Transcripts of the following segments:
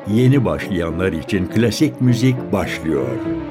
Yeni başlayanlar için klasik müzik başlıyor.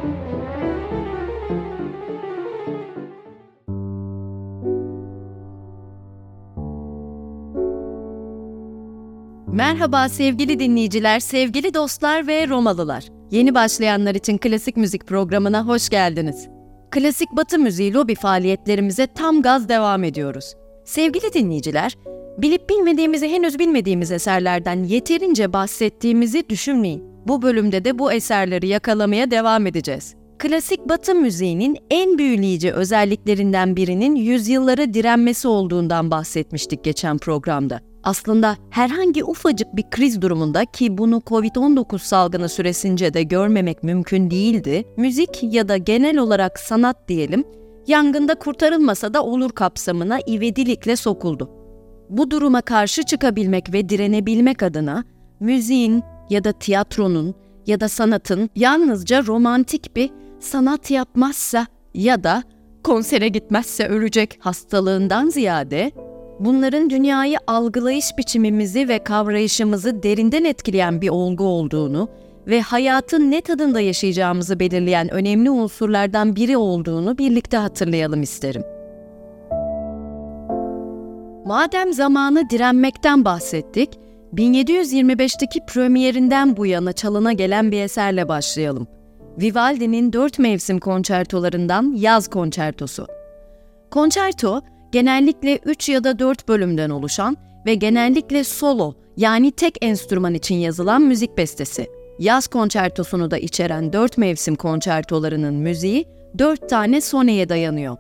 Merhaba sevgili dinleyiciler, sevgili dostlar ve Romalılar. Yeni başlayanlar için klasik müzik programına hoş geldiniz. Klasik Batı müziği lobi faaliyetlerimize tam gaz devam ediyoruz. Sevgili dinleyiciler, bilip bilmediğimizi henüz bilmediğimiz eserlerden yeterince bahsettiğimizi düşünmeyin. Bu bölümde de bu eserleri yakalamaya devam edeceğiz. Klasik Batı müziğinin en büyüleyici özelliklerinden birinin yüzyıllara direnmesi olduğundan bahsetmiştik geçen programda. Aslında herhangi ufacık bir kriz durumunda, ki bunu Covid-19 salgını süresince de görmemek mümkün değildi, müzik ya da genel olarak sanat diyelim, yangında kurtarılmasa da olur kapsamına ivedilikle sokuldu. Bu duruma karşı çıkabilmek ve direnebilmek adına müziğin ya da tiyatronun ya da sanatın yalnızca romantik bir sanat yapmazsa ya da konsere gitmezse ölecek hastalığından ziyade bunların dünyayı algılayış biçimimizi ve kavrayışımızı derinden etkileyen bir olgu olduğunu ve hayatın ne tadında yaşayacağımızı belirleyen önemli unsurlardan biri olduğunu birlikte hatırlayalım isterim. Madem zamanı direnmekten bahsettik, 1725'teki premierinden bu yana çalına gelen bir eserle başlayalım. Vivaldi'nin 4 mevsim konçertolarından Yaz Konçertosu. Konçerto, genellikle 3 ya da 4 bölümden oluşan ve genellikle solo, yani tek enstrüman için yazılan müzik bestesi. Yaz konçertosunu da içeren 4 mevsim konçertolarının müziği 4 tane soneye dayanıyor.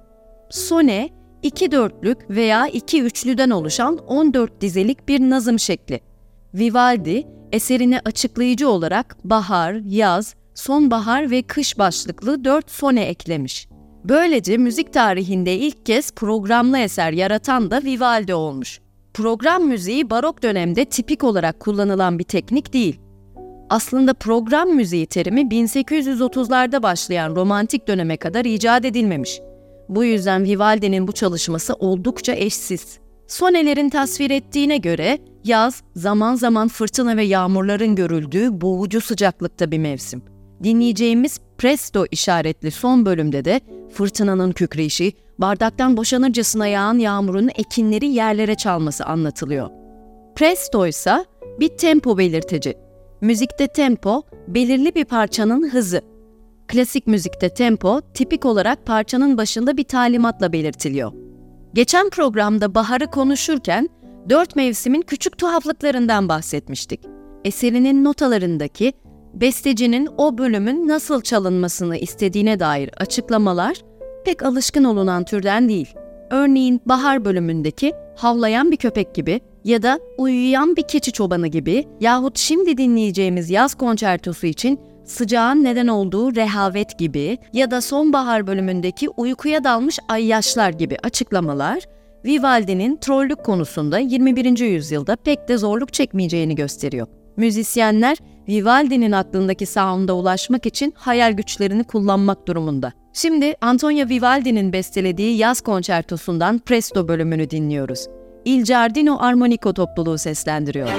Sone, 2 dörtlük veya 2 üçlüden oluşan 14 dizelik bir nazım şekli. Vivaldi, eserine açıklayıcı olarak bahar, yaz, sonbahar ve kış başlıklı 4 sone eklemiş. Böylece müzik tarihinde ilk kez programlı eser yaratan da Vivaldi olmuş. Program müziği barok dönemde tipik olarak kullanılan bir teknik değil. Aslında program müziği terimi 1830'larda başlayan romantik döneme kadar icat edilmemiş. Bu yüzden Vivaldi'nin bu çalışması oldukça eşsiz. Sonelerin tasvir ettiğine göre yaz zaman zaman fırtına ve yağmurların görüldüğü boğucu sıcaklıkta bir mevsim. Dinleyeceğimiz Presto işaretli son bölümde de fırtınanın kükreyişi, bardaktan boşanırcasına yağan yağmurun ekinleri yerlere çalması anlatılıyor. Presto ise bir tempo belirtici. Müzikte tempo, belirli bir parçanın hızı. Klasik müzikte tempo, tipik olarak parçanın başında bir talimatla belirtiliyor. Geçen programda baharı konuşurken 4 mevsimin küçük tuhaflıklarından bahsetmiştik. Eserinin notalarındaki bestecinin o bölümün nasıl çalınmasını istediğine dair açıklamalar pek alışkın olunan türden değil. Örneğin bahar bölümündeki havlayan bir köpek gibi ya da uyuyan bir keçi çobanı gibi yahut şimdi dinleyeceğimiz yaz konçertosu için sıcağın neden olduğu rehavet gibi ya da sonbahar bölümündeki uykuya dalmış ayyaşlar gibi açıklamalar Vivaldi'nin trollük konusunda 21. yüzyılda pek de zorluk çekmeyeceğini gösteriyor. Müzisyenler Vivaldi'nin aklındaki sound'a ulaşmak için hayal güçlerini kullanmak durumunda. Şimdi Antonio Vivaldi'nin bestelediği Yaz Konçertosu'ndan Presto bölümünü dinliyoruz. Il Giardino Armonico topluluğu seslendiriyor.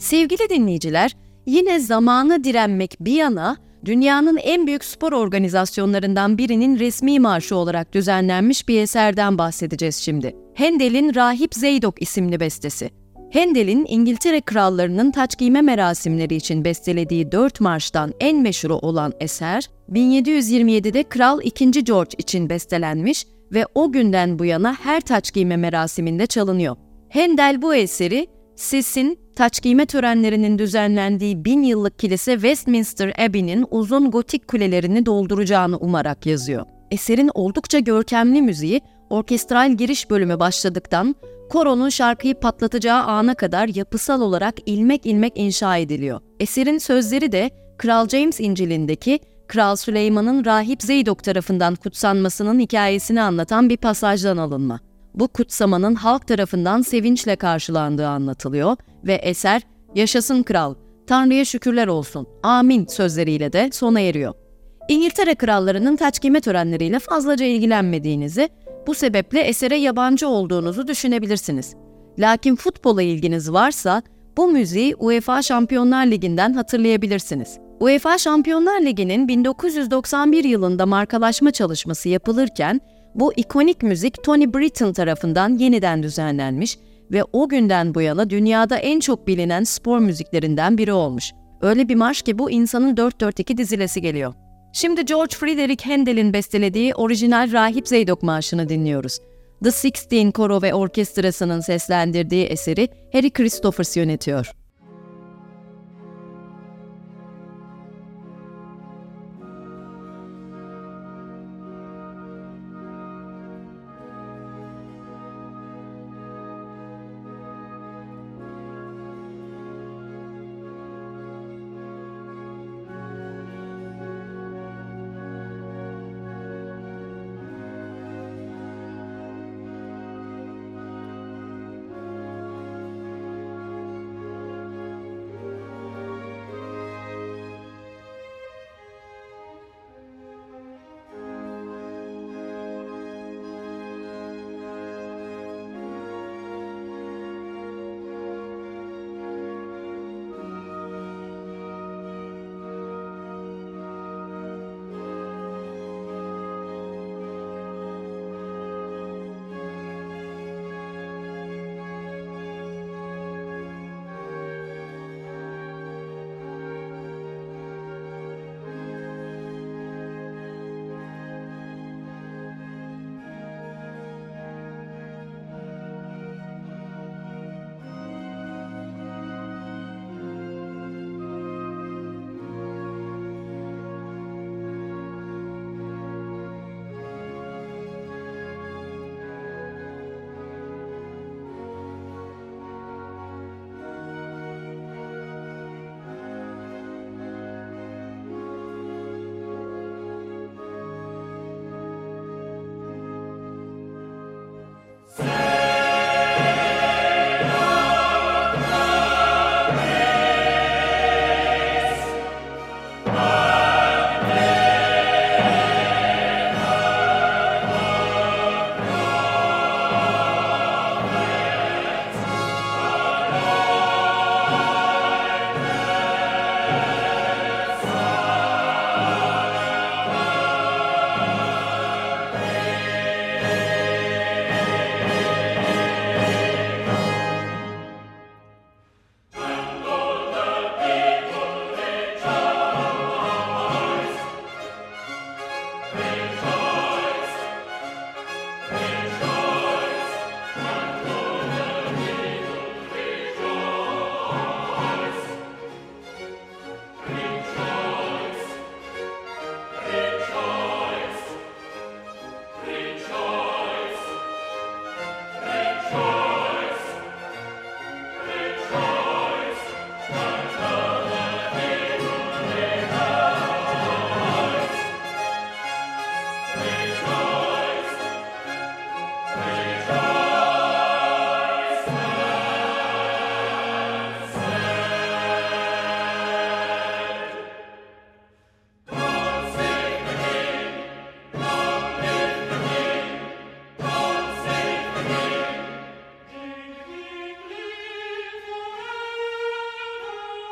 Sevgili dinleyiciler, yine zamana direnmek bir yana, dünyanın en büyük spor organizasyonlarından birinin resmi marşı olarak düzenlenmiş bir eserden bahsedeceğiz şimdi. Handel'in Rahip Zeydok isimli bestesi. Handel'in İngiltere krallarının taç giyme merasimleri için bestelediği 4 marştan en meşhuru olan eser, 1727'de Kral II. George için bestelenmiş ve o günden bu yana her taç giyme merasiminde çalınıyor. Handel bu eseri, Sis'in taç giyme törenlerinin düzenlendiği 1000 yıllık kilise Westminster Abbey'nin uzun gotik kulelerini dolduracağını umarak yazıyor. Eserin oldukça görkemli müziği, orkestral giriş bölümü başladıktan, koronun şarkıyı patlatacağı ana kadar yapısal olarak ilmek ilmek inşa ediliyor. Eserin sözleri de Kral James İncil'indeki Kral Süleyman'ın Rahip Zeydok tarafından kutsanmasının hikayesini anlatan bir pasajdan alınma. Bu kutsamanın halk tarafından sevinçle karşılandığı anlatılıyor ve eser "Yaşasın kral, Tanrı'ya şükürler olsun, amin" sözleriyle de sona eriyor. İngiltere krallarının taç giyme törenleriyle fazlaca ilgilenmediğinizi, bu sebeple esere yabancı olduğunuzu düşünebilirsiniz. Lakin futbola ilginiz varsa bu müziği UEFA Şampiyonlar Ligi'nden hatırlayabilirsiniz. UEFA Şampiyonlar Ligi'nin 1991 yılında markalaşma çalışması yapılırken bu ikonik müzik Tony Britton tarafından yeniden düzenlenmiş ve o günden bu yana dünyada en çok bilinen spor müziklerinden biri olmuş. Öyle bir marş ki bu insanın dört dörtlük dizilesi geliyor. Şimdi George Frideric Handel'in bestelediği orijinal Rahip Zeydok Marşı'nı dinliyoruz. The Sixteen Koro ve Orkestrası'nın seslendirdiği eseri Harry Christophers yönetiyor.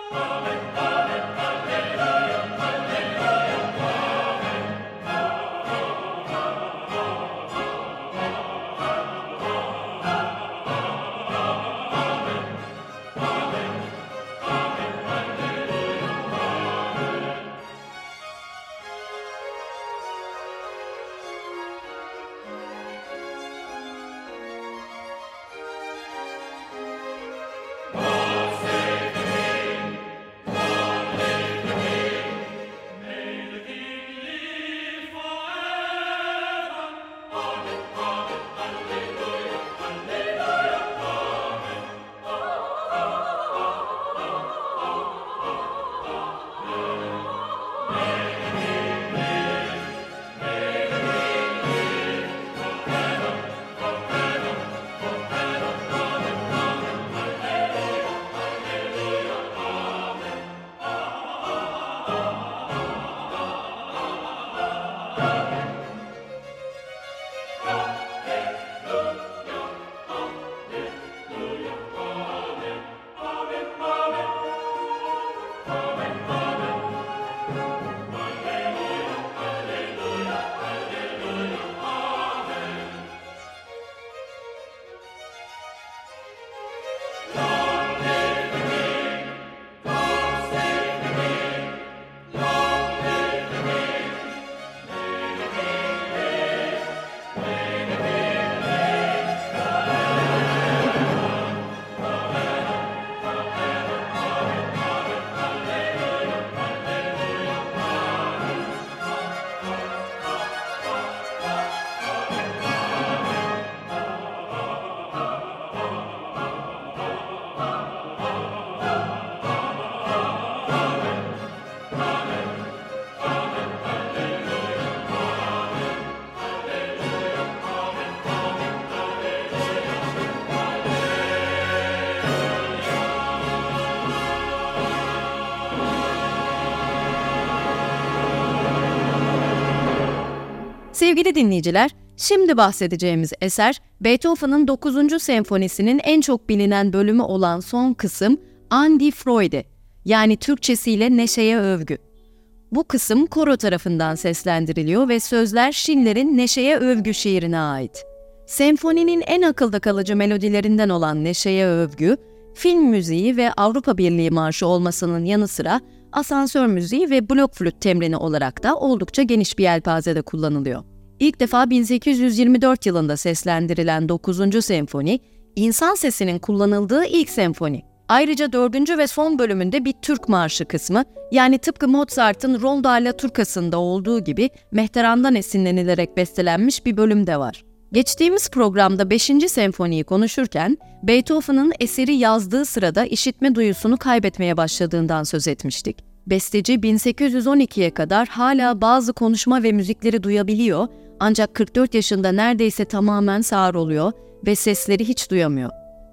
Sevgili dinleyiciler, şimdi bahsedeceğimiz eser, Beethoven'ın 9. senfonisinin en çok bilinen bölümü olan son kısım An die Freude, yani Türkçesiyle Neşeye Övgü. Bu kısım koro tarafından seslendiriliyor ve sözler Schiller'in Neşeye Övgü şiirine ait. Senfoninin en akılda kalıcı melodilerinden olan Neşeye Övgü, film müziği ve Avrupa Birliği Marşı olmasının yanı sıra asansör müziği ve blok flüt temrini olarak da oldukça geniş bir yelpazede kullanılıyor. İlk defa 1824 yılında seslendirilen 9. senfoni, insan sesinin kullanıldığı ilk senfoni. Ayrıca 4. ve son bölümünde bir Türk marşı kısmı, yani tıpkı Mozart'ın Rondo alla Turcası'nda olduğu gibi mehterandan esinlenilerek bestelenmiş bir bölüm de var. Geçtiğimiz programda 5. senfoniyi konuşurken, Beethoven'ın eseri yazdığı sırada işitme duyusunu kaybetmeye başladığından söz etmiştik. Besteci 1812'ye kadar hala bazı konuşma ve müzikleri duyabiliyor, ancak 44 yaşında neredeyse tamamen sağır oluyor ve sesleri hiç duyamıyor.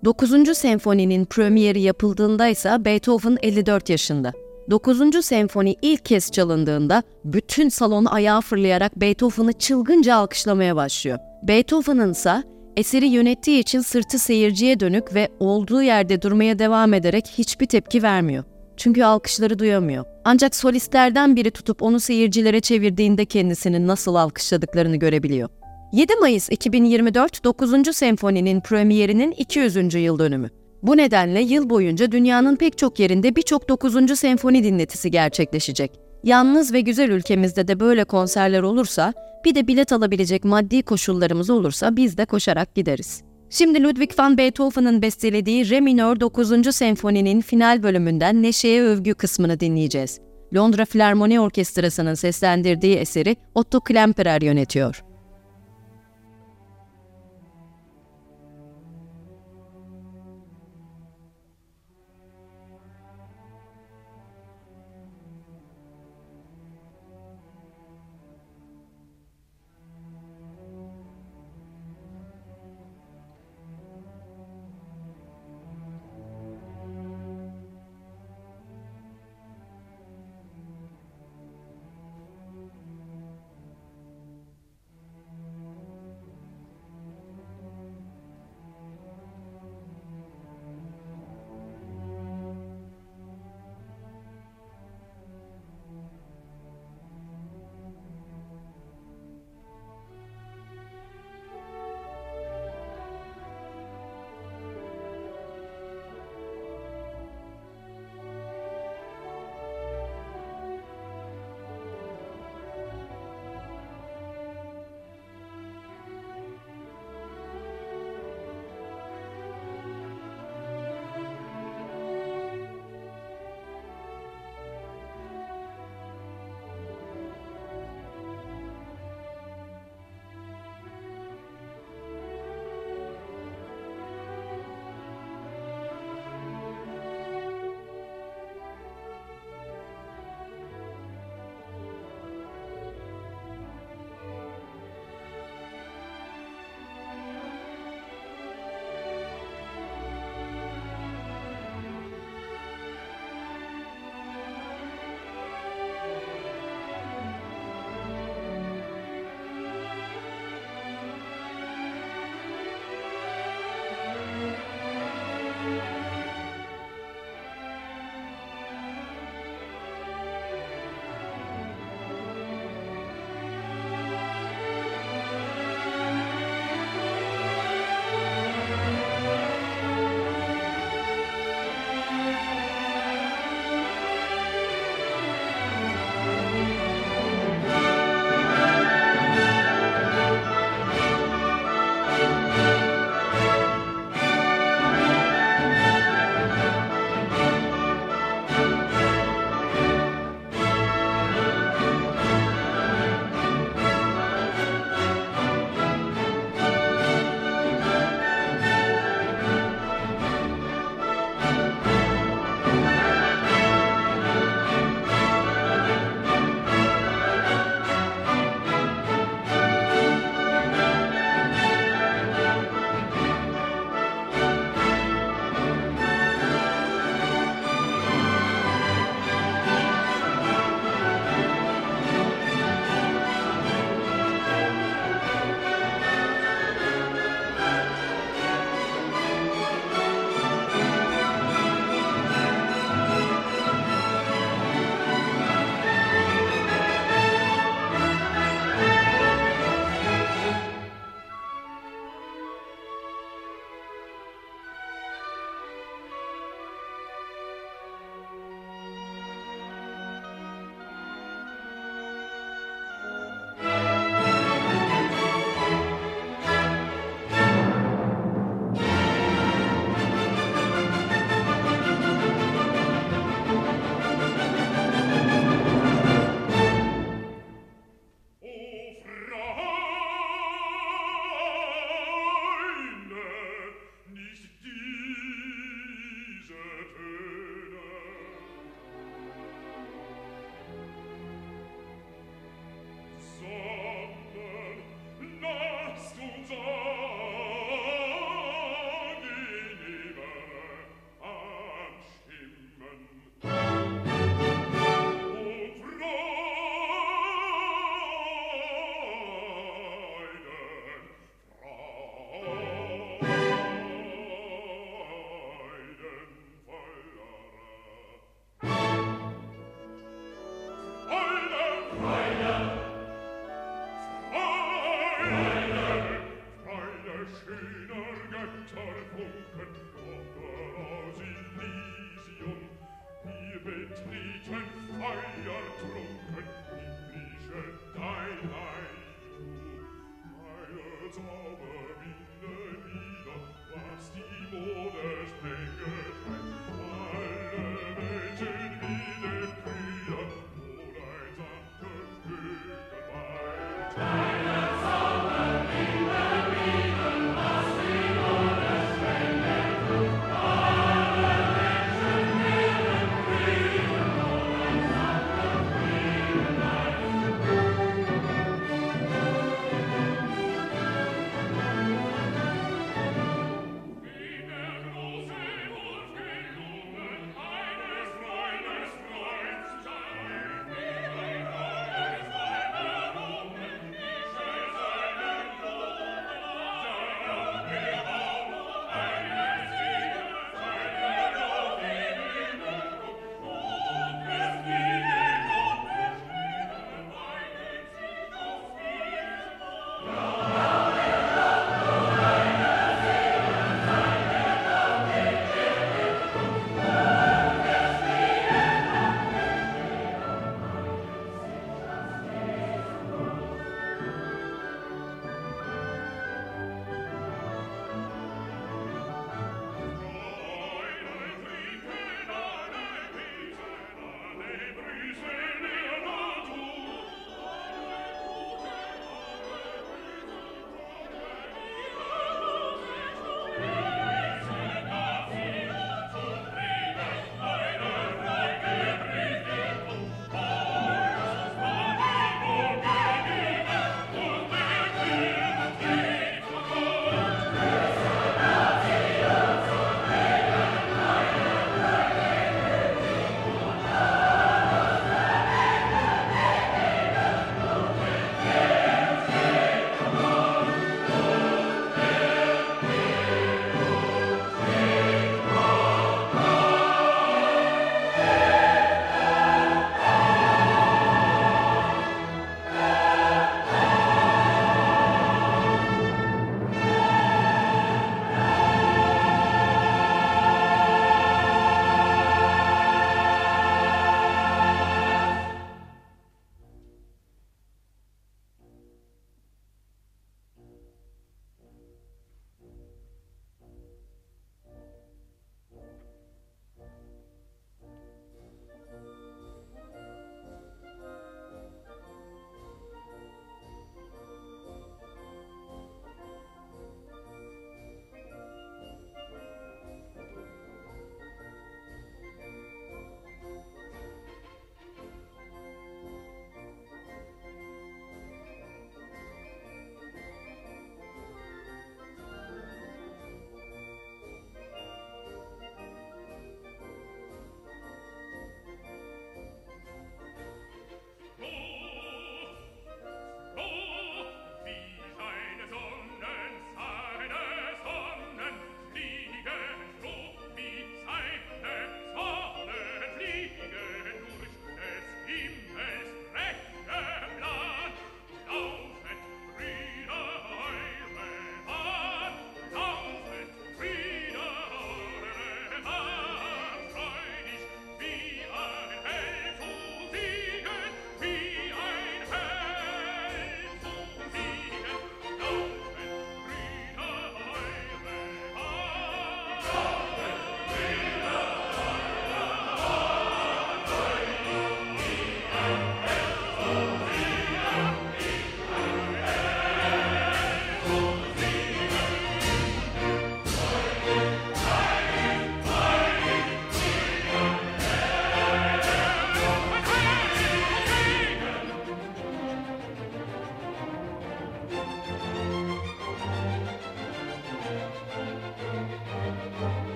9. senfoninin premieri yapıldığında ise Beethoven 54 yaşında. 9. senfoni ilk kez çalındığında bütün salon ayağa fırlayarak Beethoven'ı çılgınca alkışlamaya başlıyor. Beethoven'ın ise eseri yönettiği için sırtı seyirciye dönük ve olduğu yerde durmaya devam ederek hiçbir tepki vermiyor. Çünkü alkışları duyamıyor. Ancak solistlerden biri tutup onu seyircilere çevirdiğinde kendisinin nasıl alkışladıklarını görebiliyor. 7 Mayıs 2024 9. senfoninin premierinin 200. yıl dönümü. Bu nedenle yıl boyunca dünyanın pek çok yerinde birçok 9. senfoni dinletisi gerçekleşecek. Yalnız ve güzel ülkemizde de böyle konserler olursa, bir de bilet alabilecek maddi koşullarımız olursa biz de koşarak gideriz. Şimdi Ludwig van Beethoven'ın bestelediği Re minör 9. senfoninin final bölümünden Neşeye Övgü kısmını dinleyeceğiz. Londra Filarmoni Orkestrası'nın seslendirdiği eseri Otto Klemperer yönetiyor.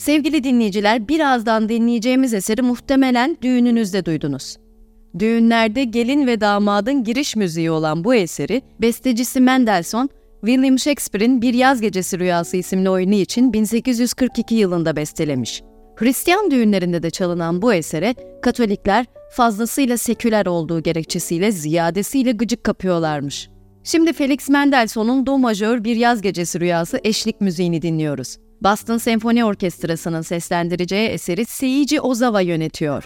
Sevgili dinleyiciler, birazdan dinleyeceğimiz eseri muhtemelen düğününüzde duydunuz. Düğünlerde gelin ve damadın giriş müziği olan bu eseri, bestecisi Mendelssohn, William Shakespeare'in Bir Yaz Gecesi Rüyası isimli oyunu için 1842 yılında bestelemiş. Hristiyan düğünlerinde de çalınan bu esere, Katolikler fazlasıyla seküler olduğu gerekçesiyle ziyadesiyle gıcık kapıyorlarmış. Şimdi Felix Mendelssohn'un Do majör Bir Yaz Gecesi Rüyası eşlik müziğini dinliyoruz. Boston Senfoni Orkestrası'nın seslendireceği eseri Seiji Ozawa yönetiyor.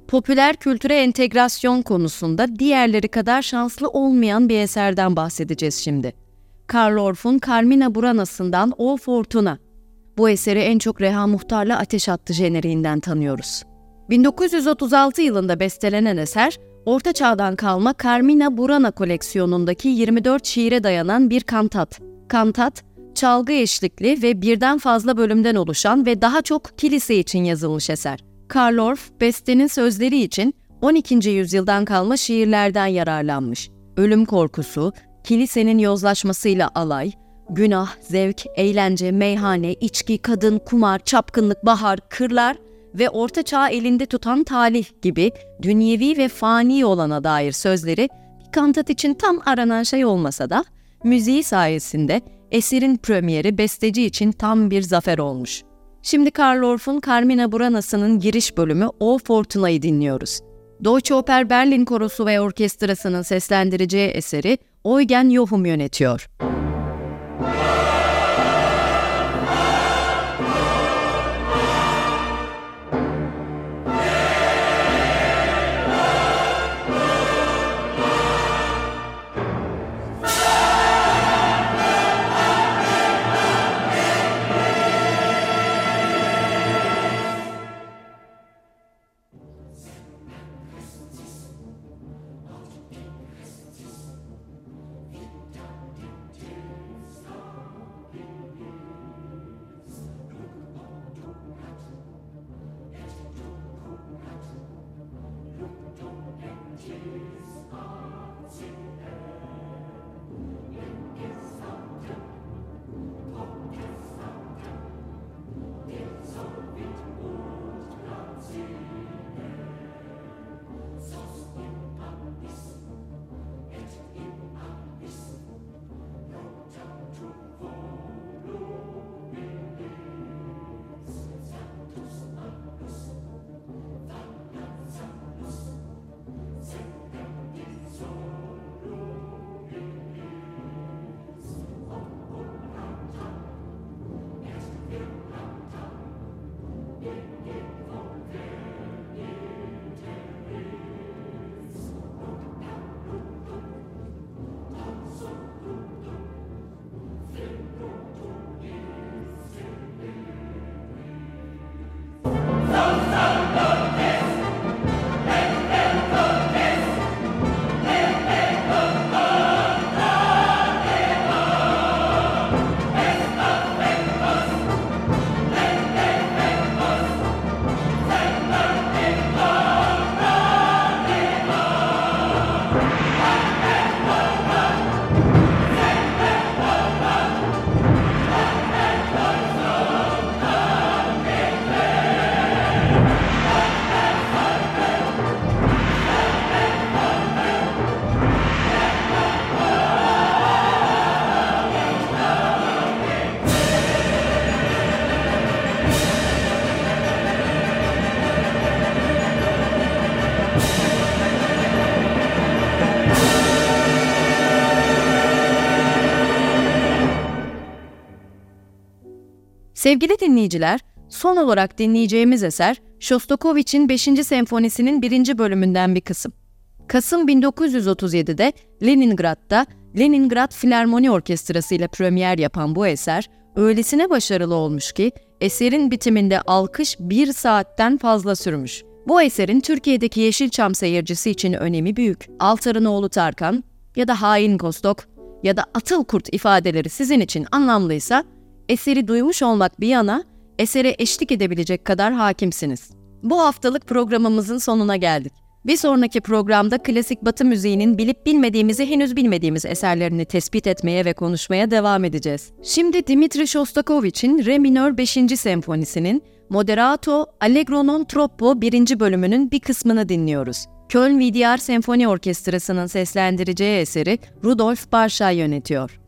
popüler kültüre entegrasyon konusunda diğerleri kadar şanslı olmayan bir eserden bahsedeceğiz şimdi. Karl Orff'un Carmina Burana'sından O Fortuna. Bu eseri en çok Reha Muhtar'la Ateş Hattı jeneriğinden tanıyoruz. 1936 yılında bestelenen eser, Orta Çağ'dan kalma Carmina Burana koleksiyonundaki 24 şiire dayanan bir kantat. Kantat, çalgı eşlikli ve birden fazla bölümden oluşan ve daha çok kilise için yazılmış eser. Karl Orff, bestenin sözleri için 12. yüzyıldan kalma şiirlerden yararlanmış. Ölüm korkusu, kilisenin yozlaşmasıyla alay, günah, zevk, eğlence, meyhane, içki, kadın, kumar, çapkınlık, bahar, kırlar ve Orta Çağ elinde tutan talih gibi dünyevi ve fani olana dair sözleri bir kantat için tam aranan şey olmasa da müziği sayesinde eserin premieri besteci için tam bir zafer olmuş. Şimdi Karl Orff'un Carmina Burana'sının giriş bölümü O Fortuna'yı dinliyoruz. Deutsche Oper Berlin Korosu ve Orkestrası'nın seslendireceği eseri Eugen Jochum yönetiyor. Sevgili dinleyiciler, son olarak dinleyeceğimiz eser Shostakovich'in 5. Senfonisi'nin 1. bölümünden bir kısım. Kasım 1937'de Leningrad'da Leningrad Filarmoni Orkestrası ile premier yapan bu eser, öylesine başarılı olmuş ki eserin bitiminde alkış 1 saatten fazla sürmüş. Bu eserin Türkiye'deki Yeşilçam seyircisi için önemi büyük. Altar'ın oğlu Tarkan ya da Hain Kostok ya da Atıl Kurt ifadeleri sizin için anlamlıysa, eseri duymuş olmak bir yana, esere eşlik edebilecek kadar hakimsiniz. Bu haftalık programımızın sonuna geldik. Bir sonraki programda klasik Batı müziğinin bilip bilmediğimizi henüz bilmediğimiz eserlerini tespit etmeye ve konuşmaya devam edeceğiz. Şimdi Dmitri Shostakovich'in Re minör 5. senfonisinin Moderato Allegro non troppo 1. bölümünün bir kısmını dinliyoruz. Köln VDR Senfoni Orkestrası'nın seslendireceği eseri Rudolf Barschay yönetiyor.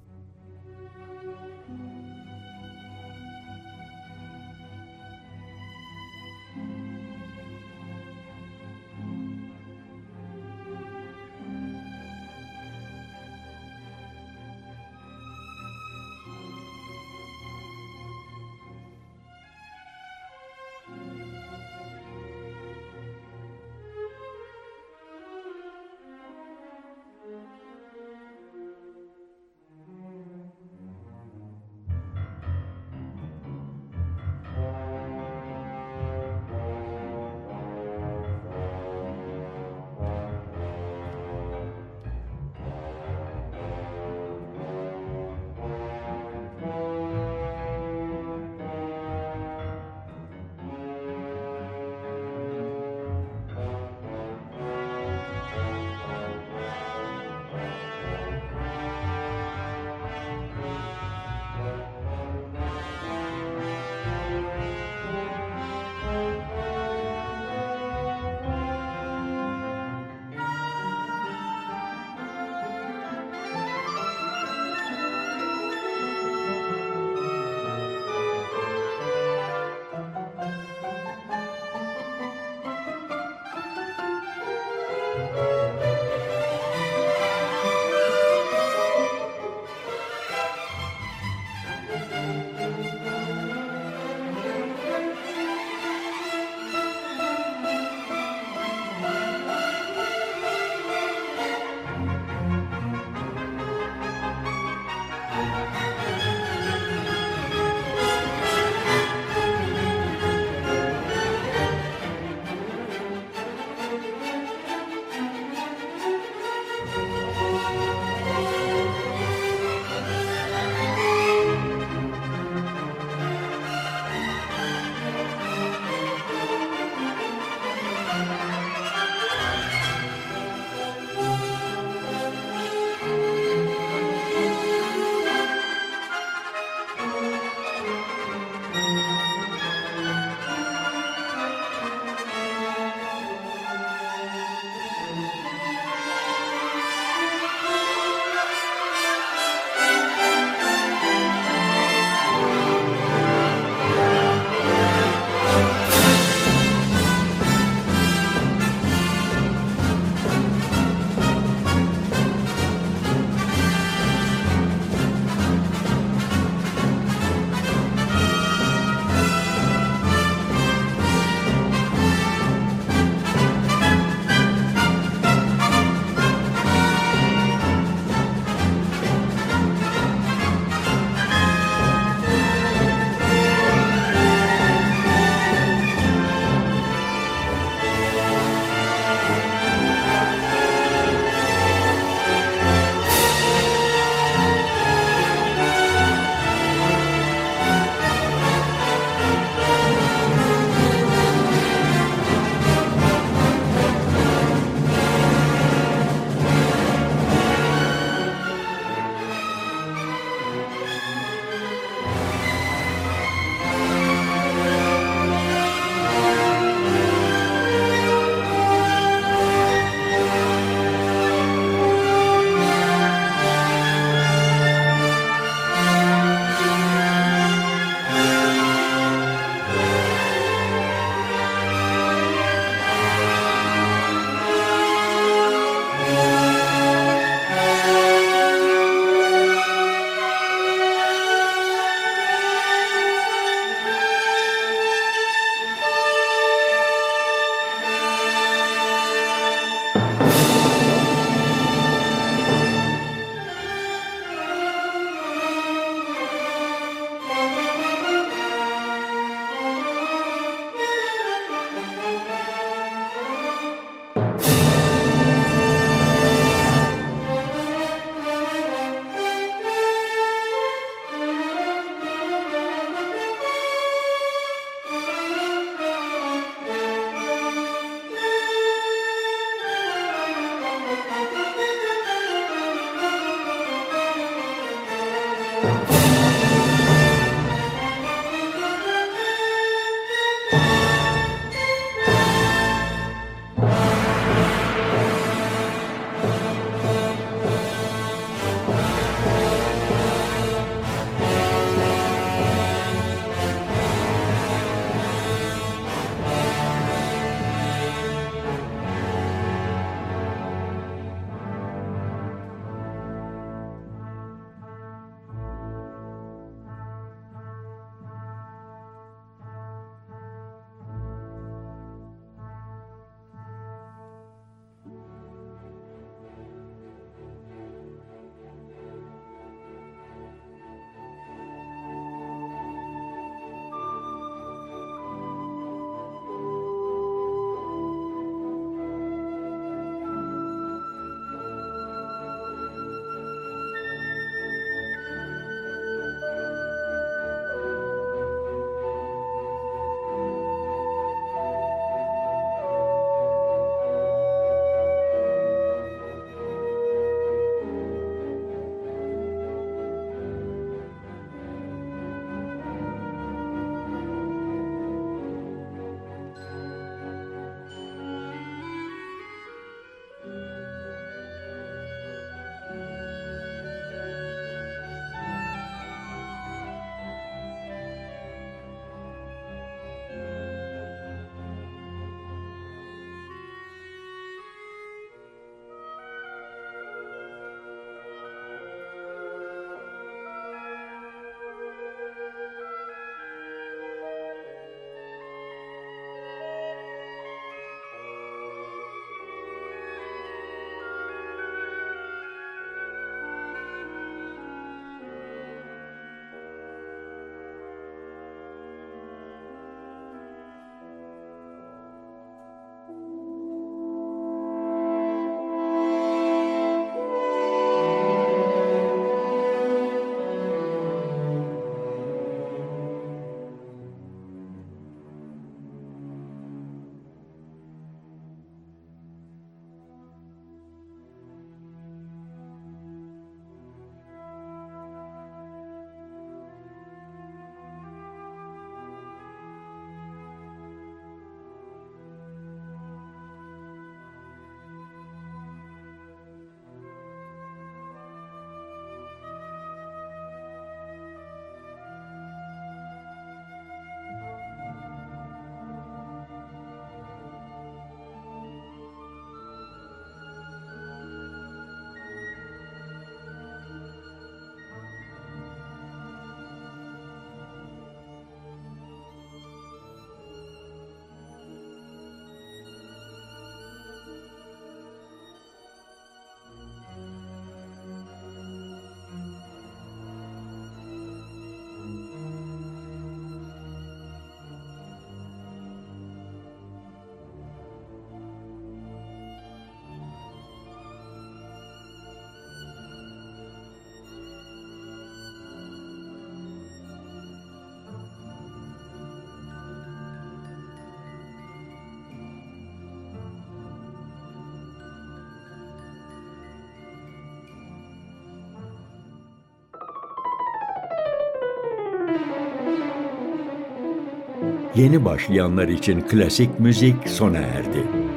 Yeni başlayanlar için klasik müzik sona erdi.